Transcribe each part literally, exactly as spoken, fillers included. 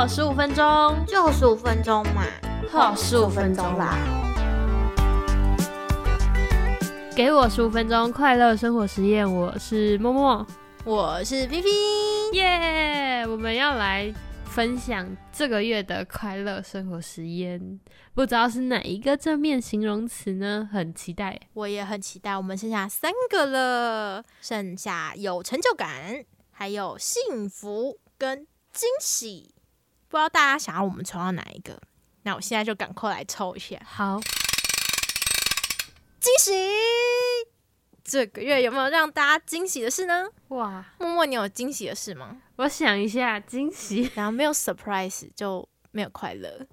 后十五分钟， 就十五分钟嘛， 后十五分钟啦。给我十五分钟快乐生活实验，我是默默， 我是 P P， 耶！ Yeah, 我们要来分享这个月的快乐生活实验，不知道是哪一个正面形容词呢？很期待， 我也很期待。我们剩下三个了，剩下有成就感，还有幸福跟惊喜。不知道大家想要我们抽到哪一个？那我现在就赶快来抽一下。 好， 惊喜！这个月有没有让大家惊喜的事呢？ 哇， 默默，你有惊喜的事吗？ 我想一下，惊喜， 然后没有 surprise 就没有快乐。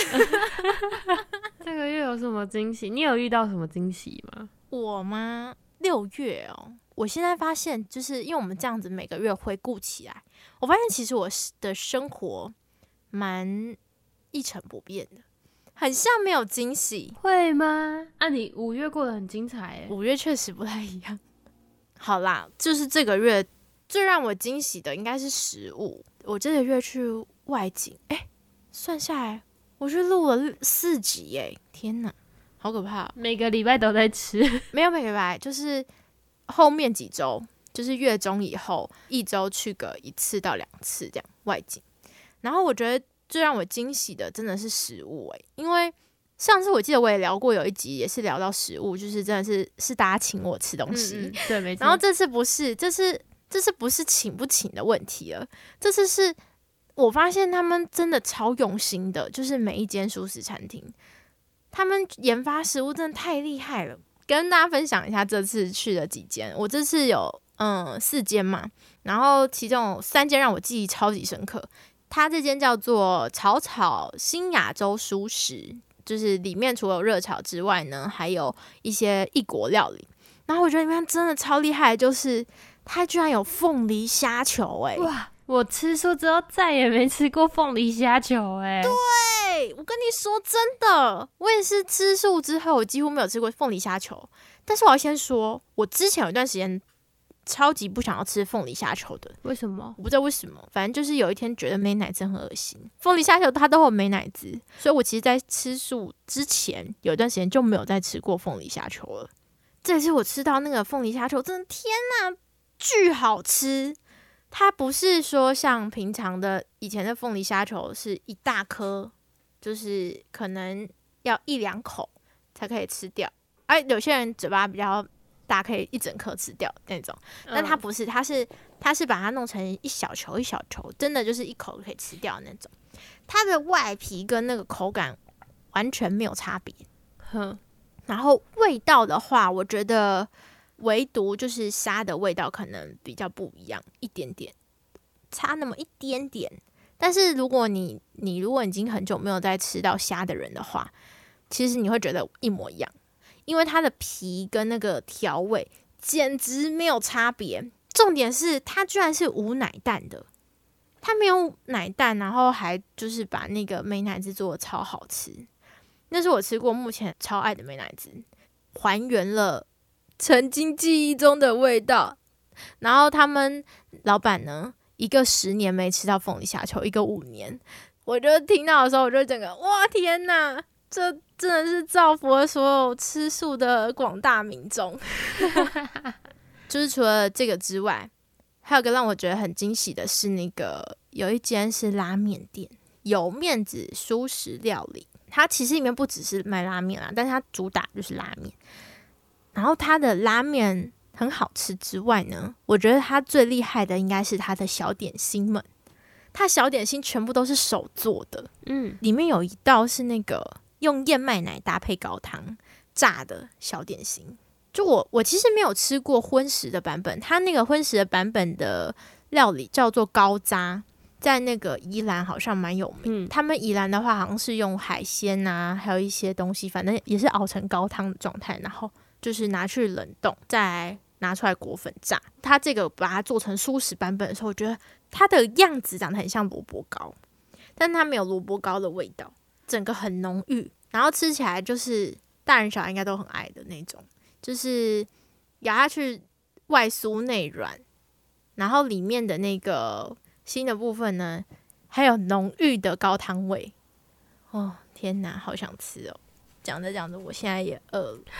这个月有什么惊喜？你有遇到什么惊喜吗？ 我吗？六月哦，我现在发现，就是因为我们这样子每个月回顾起来，我发现其实我的生活蛮一成不变的，很像没有惊喜。 会吗？啊，你五月过得很精彩耶。 五月确实不太一样。好啦，就是这个月最让我惊喜的应该是食物。我这个月去外景，哎、欸，算下来我去录了四集耶！天哪，好可怕、喔！ 每个礼拜都在吃？ 没有每个礼拜，就是后面几周，就是月中以后一周去个一次到两次这样外景。然后我觉得最让我惊喜的真的是食物哎，因为上次我记得我也聊过，有一集也是聊到食物，就是真的是是大家请我吃东西， 嗯嗯对，没错。 然后这次不是，这次这次不是请不请的问题了，这次是我发现他们真的超用心的，就是每一间素食餐厅，他们研发食物真的太厉害了。跟大家分享一下这次去的几间，我这次有嗯四间嘛，然后其中有三间让我记忆超级深刻。它这间叫做炒炒新亚洲蔬食，就是里面除了有热炒之外呢，还有一些异国料理。然后我觉得里面真的超厉害的，就是它居然有凤梨虾球哎、欸！ 哇，我吃素之后再也没吃过凤梨虾球哎、欸！ 对，我跟你说真的，我也是吃素之后，我几乎没有吃过凤梨虾球。但是我要先说，我之前有一段时间超级不想要吃凤梨虾球的。 为什么？ 我不知道为什么，反正就是有一天觉得美乃滋很恶心。凤梨虾球它都有美乃滋，所以我其实在吃素之前有一段时间就没有再吃过凤梨虾球了。这次我吃到那个凤梨虾球，真的天哪，巨好吃！它不是说像平常的以前的凤梨虾球是一大颗，就是可能要一两口才可以吃掉。而有些人嘴巴比较大，可以一整颗吃掉那种，但它不是，它是它是把它弄成一小球一小球，真的就是一口可以吃掉那种。它的外皮跟那个口感完全没有差别。 哼， 然后味道的话，我觉得唯独就是虾的味道可能比较不一样一点点，差那么一点点。但是如果你你如果已经很久没有再吃到虾的人的话，其实你会觉得一模一样，因为它的皮跟那个调味简直没有差别。重点是它居然是无奶蛋的，它没有奶蛋，然后还就是把那个美乃滋做的超好吃。那是我吃过目前超爱的美乃滋，还原了曾经记忆中的味道。然后他们老板呢，一个十年没吃到凤梨虾球，一个五年。我就听到的时候，我就整个哇天哪，这真的是造福了所有吃素的广大民众。就是除了这个之外，还有个让我觉得很惊喜的是，那个有一间是拉面店，有面子蔬食料理。它其实里面不只是卖拉面啦，但是它主打就是拉面。然后它的拉面很好吃之外呢，我觉得它最厉害的应该是它的小点心们。它小点心全部都是手做的， 嗯， 里面有一道是那个用燕麦奶搭配高汤炸的小点心。就我我其实没有吃过荤食的版本，它那个荤食的版本的料理叫做高渣。在那个宜兰好像蛮有名、嗯、他们宜兰的话好像是用海鲜啊还有一些东西，反正也是熬成高汤的状态，然后就是拿去冷冻再拿出来裹粉炸。它这个把它做成蔬食版本的时候，我觉得它的样子长得很像萝卜糕，但它没有萝卜糕的味道，整个很浓郁，然后吃起来就是大人小孩应该都很爱的那种，就是咬下去外酥内软，然后里面的那个心的部分呢还有浓郁的高汤味。哦，天哪，好想吃哦！讲着讲着，我现在也饿了。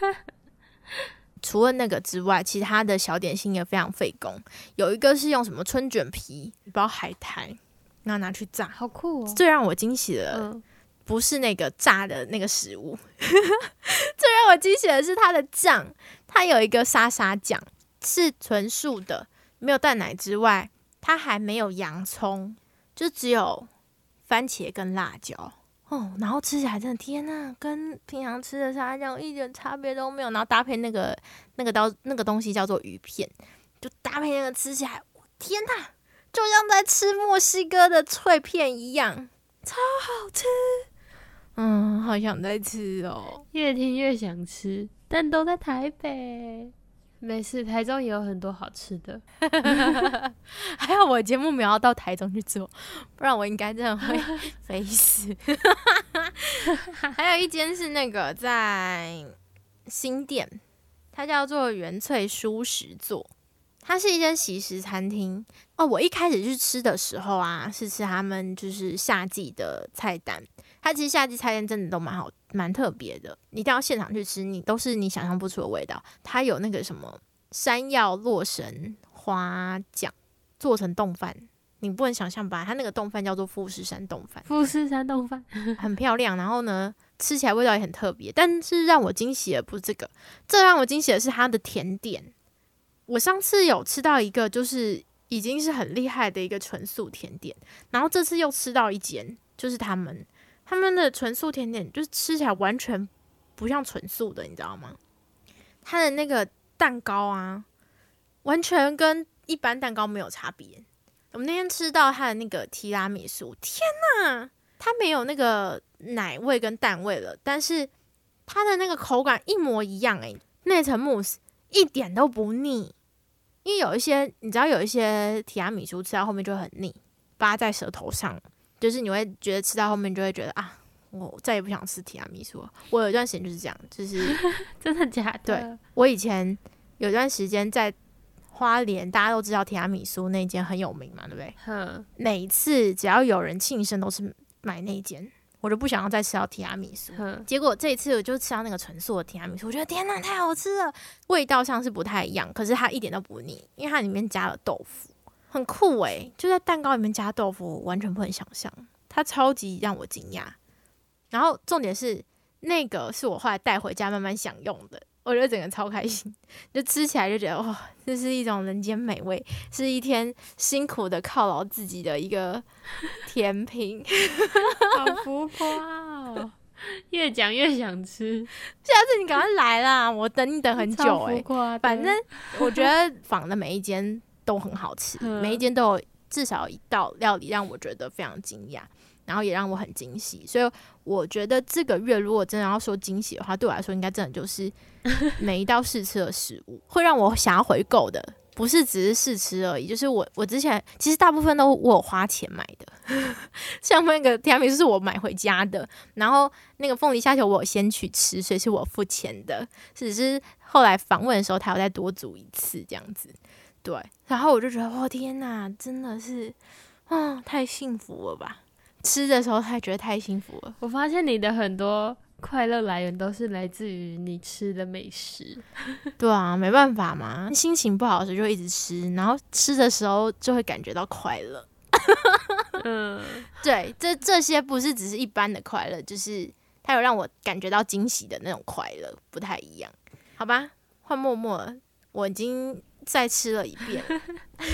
除了那个之外，其他的小点心也非常费工。有一个是用什么春卷皮一包海苔，然后拿去炸， 好酷哦！ 最让我惊喜的、嗯、不是那个炸的那个食物，最让我惊喜的是它的酱。它有一个沙沙酱，是纯素的，没有蛋奶之外，它还没有洋葱，就只有番茄跟辣椒。哦，然后吃起来真的天哪，跟平常吃的沙拉酱一点差别都没有。然后搭配那个那个刀那个东西叫做鱼片，就搭配那个吃起来，天哪，就像在吃墨西哥的脆片一样，超好吃。嗯，好想再吃哦， 越听越想吃，但都在台北。没事，台中也有很多好吃的。 还好我节目没有要到台中去做，不然我应该真的会飞死。还有一间是那个在新店，它叫做原萃蔬食座，它是一间习食餐厅。哦，我一开始去吃的时候啊，是吃他们就是夏季的菜单。它其实夏季菜单真的都蛮好，蛮特别的，你一定要现场去吃，你都是你想象不出的味道。它有那个什么山药洛神花酱做成冻饭，你不能想象吧？它那个冻饭叫做富士山冻饭， 富士山冻饭很漂亮。然后呢，吃起来味道也很特别。但是让我惊喜的不是这个，这让我惊喜的是它的甜点。我上次有吃到一个，就是已经是很厉害的一个纯素甜点，然后这次又吃到一间，就是他们。他们的纯素甜点就是吃起来完全不像纯素的，你知道吗？它的那个蛋糕啊，完全跟一般蛋糕没有差别。我们那天吃到它的那个提拉米苏，天哪，它没有那个奶味跟蛋味了，但是它的那个口感一模一样、欸，诶，那层慕斯一点都不腻。因为有一些你知道，有一些提拉米苏吃到后面就很腻，扒在舌头上。就是你会觉得吃到后面就会觉得啊，我再也不想吃提拉米苏了。我有一段时间就是这样，就是真的假的？ 对，我以前有一段时间在花莲，大家都知道提拉米苏那间很有名嘛，对不对？ 嗯， 每一次只要有人庆生，都是买那间，我就不想要再吃到提拉米苏。结果这一次我就吃到那个纯素的提拉米苏，我觉得天哪，太好吃了！味道上是不太一样，可是它一点都不腻，因为它里面加了豆腐。很酷诶、欸，就在蛋糕里面加豆腐，我完全不能想象，它超级让我惊讶。然后重点是那个是我后来带回家慢慢享用的，我觉得整个超开心，就吃起来就觉得哇，这是一种人间美味，是一天辛苦的犒劳自己的一个甜品。 好浮夸哦，越讲越想吃。 下次你赶快来啦，我等你等很久诶、欸。反正我觉得仿的每一间都很好吃，每一间都有至少一道料理让我觉得非常惊讶，然后也让我很惊喜。所以我觉得这个月如果真的要说惊喜的话，对我来说应该真的就是每一道试吃的食物会让我想要回购的，不是只是试吃而已。就是我我之前其实大部分都我有花钱买的，像那个提拉米苏是我买回家的，然后那个凤梨虾球我有先去吃，所以是我付钱的，只是后来访问的时候他有再多煮一次这样子。对，然后我就觉得，哇，天哪，真的是，啊，太幸福了吧！吃的时候还觉得太幸福了。 我发现你的很多快乐来源都是来自于你吃的美食。 对啊，没办法嘛，心情不好的时候就一直吃，然后吃的时候就会感觉到快乐。嗯，对，这这些不是只是一般的快乐，就是它有让我感觉到惊喜的那种快乐，不太一样。好吧，换默默了，我已经再吃了一遍了。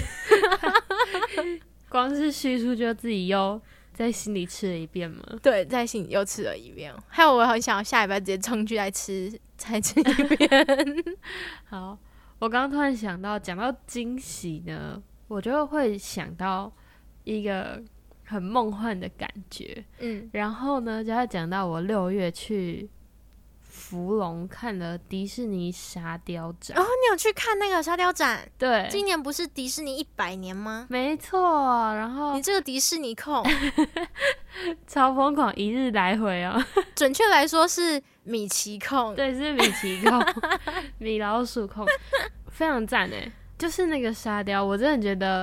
光是叙述就自己又在心里吃了一遍吗？ 对，在心里又吃了一遍。还有我很想下礼拜直接冲去再吃再吃一遍。 好，我刚刚突然想到，讲到惊喜呢，我就会想到一个很梦幻的感觉。嗯，然后呢，就要讲到我六月去福隆看了迪士尼沙雕展。 哦，你有去看那个沙雕展？ 对， 今年不是迪士尼一百年吗？ 没错，然后你这个迪士尼控超疯狂，一日来回哦。 准确来说是米奇控， 对，是米奇控，米老鼠控，非常赞诶。就是那个沙雕，我真的觉得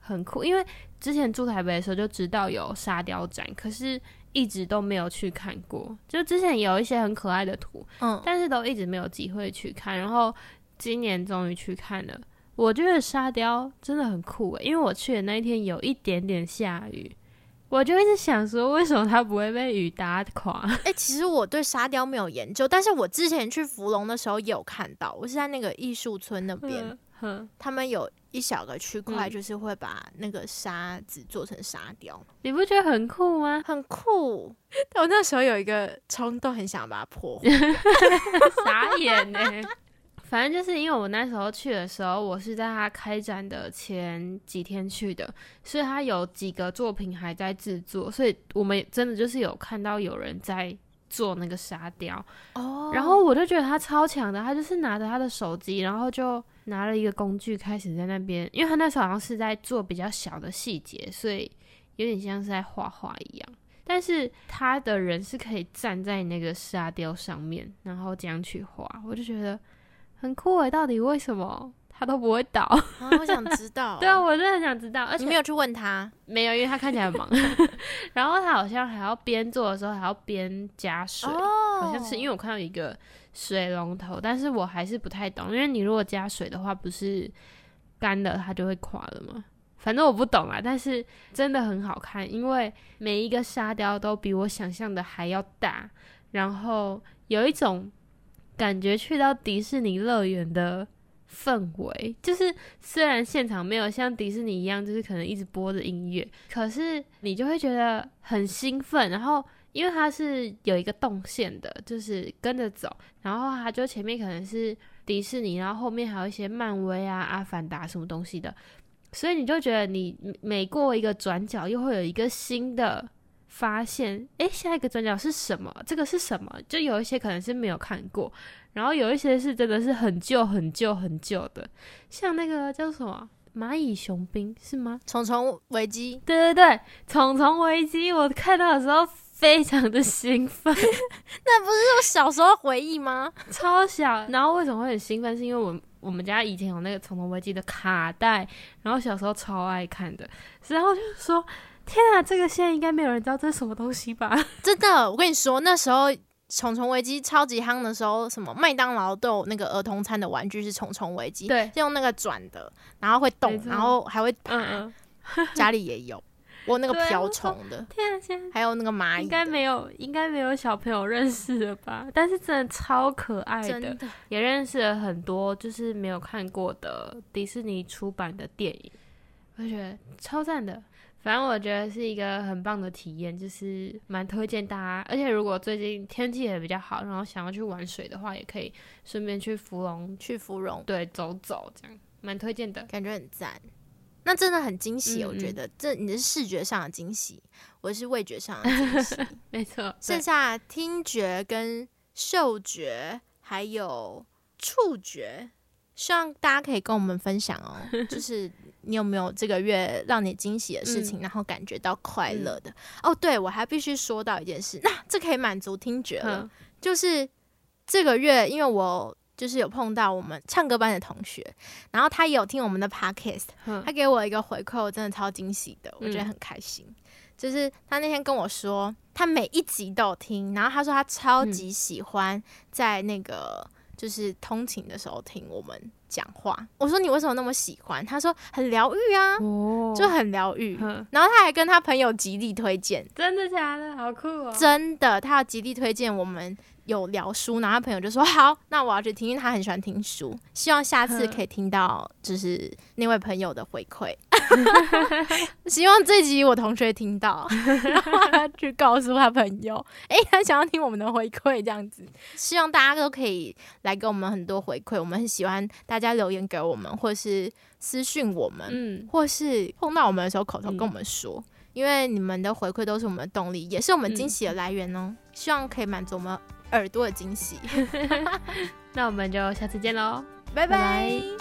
很酷，因为之前住台北的时候就知道有沙雕展，可是一直都没有去看过。就之前有一些很可爱的图，嗯，但是都一直没有机会去看。然后今年终于去看了，我觉得沙雕真的很酷耶，因为我去的那一天有一点点下雨。我就一直想说，为什么它不会被雨打垮？ 哎、欸，其实我对沙雕没有研究，但是我之前去福隆的时候也有看到，我是在那个艺术村那边，他们有一小个区块，就是会把那个沙子做成沙雕、嗯。 你不觉得很酷吗？ 很酷，但我那时候有一个冲动，很想把它破坏， 傻眼欸。反正就是因为我那时候去的时候，我是在他开展的前几天去的，所以他有几个作品还在制作，所以我们真的就是有看到有人在做那个沙雕哦。然后我就觉得他超强的，他就是拿着他的手机，然后就拿了一个工具开始在那边，因为他那时候好像是在做比较小的细节，所以有点像是在画画一样。但是他的人是可以站在那个沙雕上面，然后这样去画，我就觉得很酷诶，到底为什么他都不会倒？ 啊，我想知道。 对啊，我真的很想知道。而且你没有去问他？ 没有，因为他看起来很忙。然后他好像还要边做的时候还要边加水，哦、好像是因为我看到一个水龙头，但是我还是不太懂，因为你如果加水的话，不是干了它就会垮了吗？反正我不懂啦，但是真的很好看，因为每一个沙雕都比我想象的还要大，然后有一种感觉去到迪士尼乐园的氛围，就是虽然现场没有像迪士尼一样就是可能一直播着音乐，可是你就会觉得很兴奋，然后因为它是有一个动线的，就是跟着走，然后它就前面可能是迪士尼，然后后面还有一些漫威啊、阿凡达什么东西的，所以你就觉得你每过一个转角又会有一个新的发现，诶，下一个转角是什么？这个是什么？就有一些可能是没有看过，然后有一些是真的是很旧很旧很旧的，像那个叫什么蚂蚁雄兵是吗？ 虫虫危机， 对对对，虫虫危机，我看到的时候非常的兴奋。 那不是我小时候回忆吗？ 超小，然后为什么会很兴奋？是因为我我们家以前有那个虫虫危机的卡带，然后小时候超爱看的，然后就说天啊，这个现在应该没有人知道这是什么东西吧？ 真的，我跟你说，那时候虫虫危机超级夯的时候，什么麦当劳都有那个儿童餐的玩具是虫虫危机， 对， 是用那个转的，然后会动，然后还会爬，嗯嗯家里也有。我那个瓢虫的， 天啊，现在还有那个蚂蚁， 应该没有，应该没有小朋友认识了吧？但是真的超可爱的， 真的也认识了很多就是没有看过的迪士尼出版的电影，我觉得超赞的。反正我觉得是一个很棒的体验，就是蛮推荐大家。而且如果最近天气也比较好，然后想要去玩水的话，也可以顺便去芙蓉， 去芙蓉对走走，这样蛮推荐的， 感觉很赞。那真的很惊喜， 嗯嗯我觉得这你是视觉上的惊喜，我是味觉上的惊喜， 没错。 剩下听觉跟嗅觉还有触觉，希望大家可以跟我们分享哦。就是你有没有这个月让你惊喜的事情，嗯、然后感觉到快乐的？嗯、哦，对，我还必须说到一件事，那这可以满足听觉了，嗯、就是这个月，因为我。就是有碰到我们唱歌班的同学，然后他也有听我们的 podcast，、嗯、他给我一个回馈，我真的超惊喜的，我觉得很开心。嗯、就是他那天跟我说，他每一集都有听，然后他说他超级喜欢在那个就是通勤的时候听我们讲话。我说你为什么那么喜欢？他说很疗愈啊，哦、就很疗愈。嗯、然后他还跟他朋友极力推荐， 真的假的？好酷哦！ 真的，他要极力推荐我们。有聊书，然后他朋友就说好，那我要去听，因为他很喜欢听书，希望下次可以听到就是那位朋友的回馈。希望这集我同学听到，然后他去告诉他朋友，哎、欸，他想要听我们的回馈，这样子。希望大家都可以来给我们很多回馈，我们很喜欢大家留言给我们，或是私讯我们，嗯，或是碰到我们的时候口头跟我们说。嗯，因为你们的回馈都是我们的动力，也是我们惊喜的来源哦。嗯、希望可以满足我们耳朵的惊喜。 那我们就下次见喽， 拜拜。拜拜。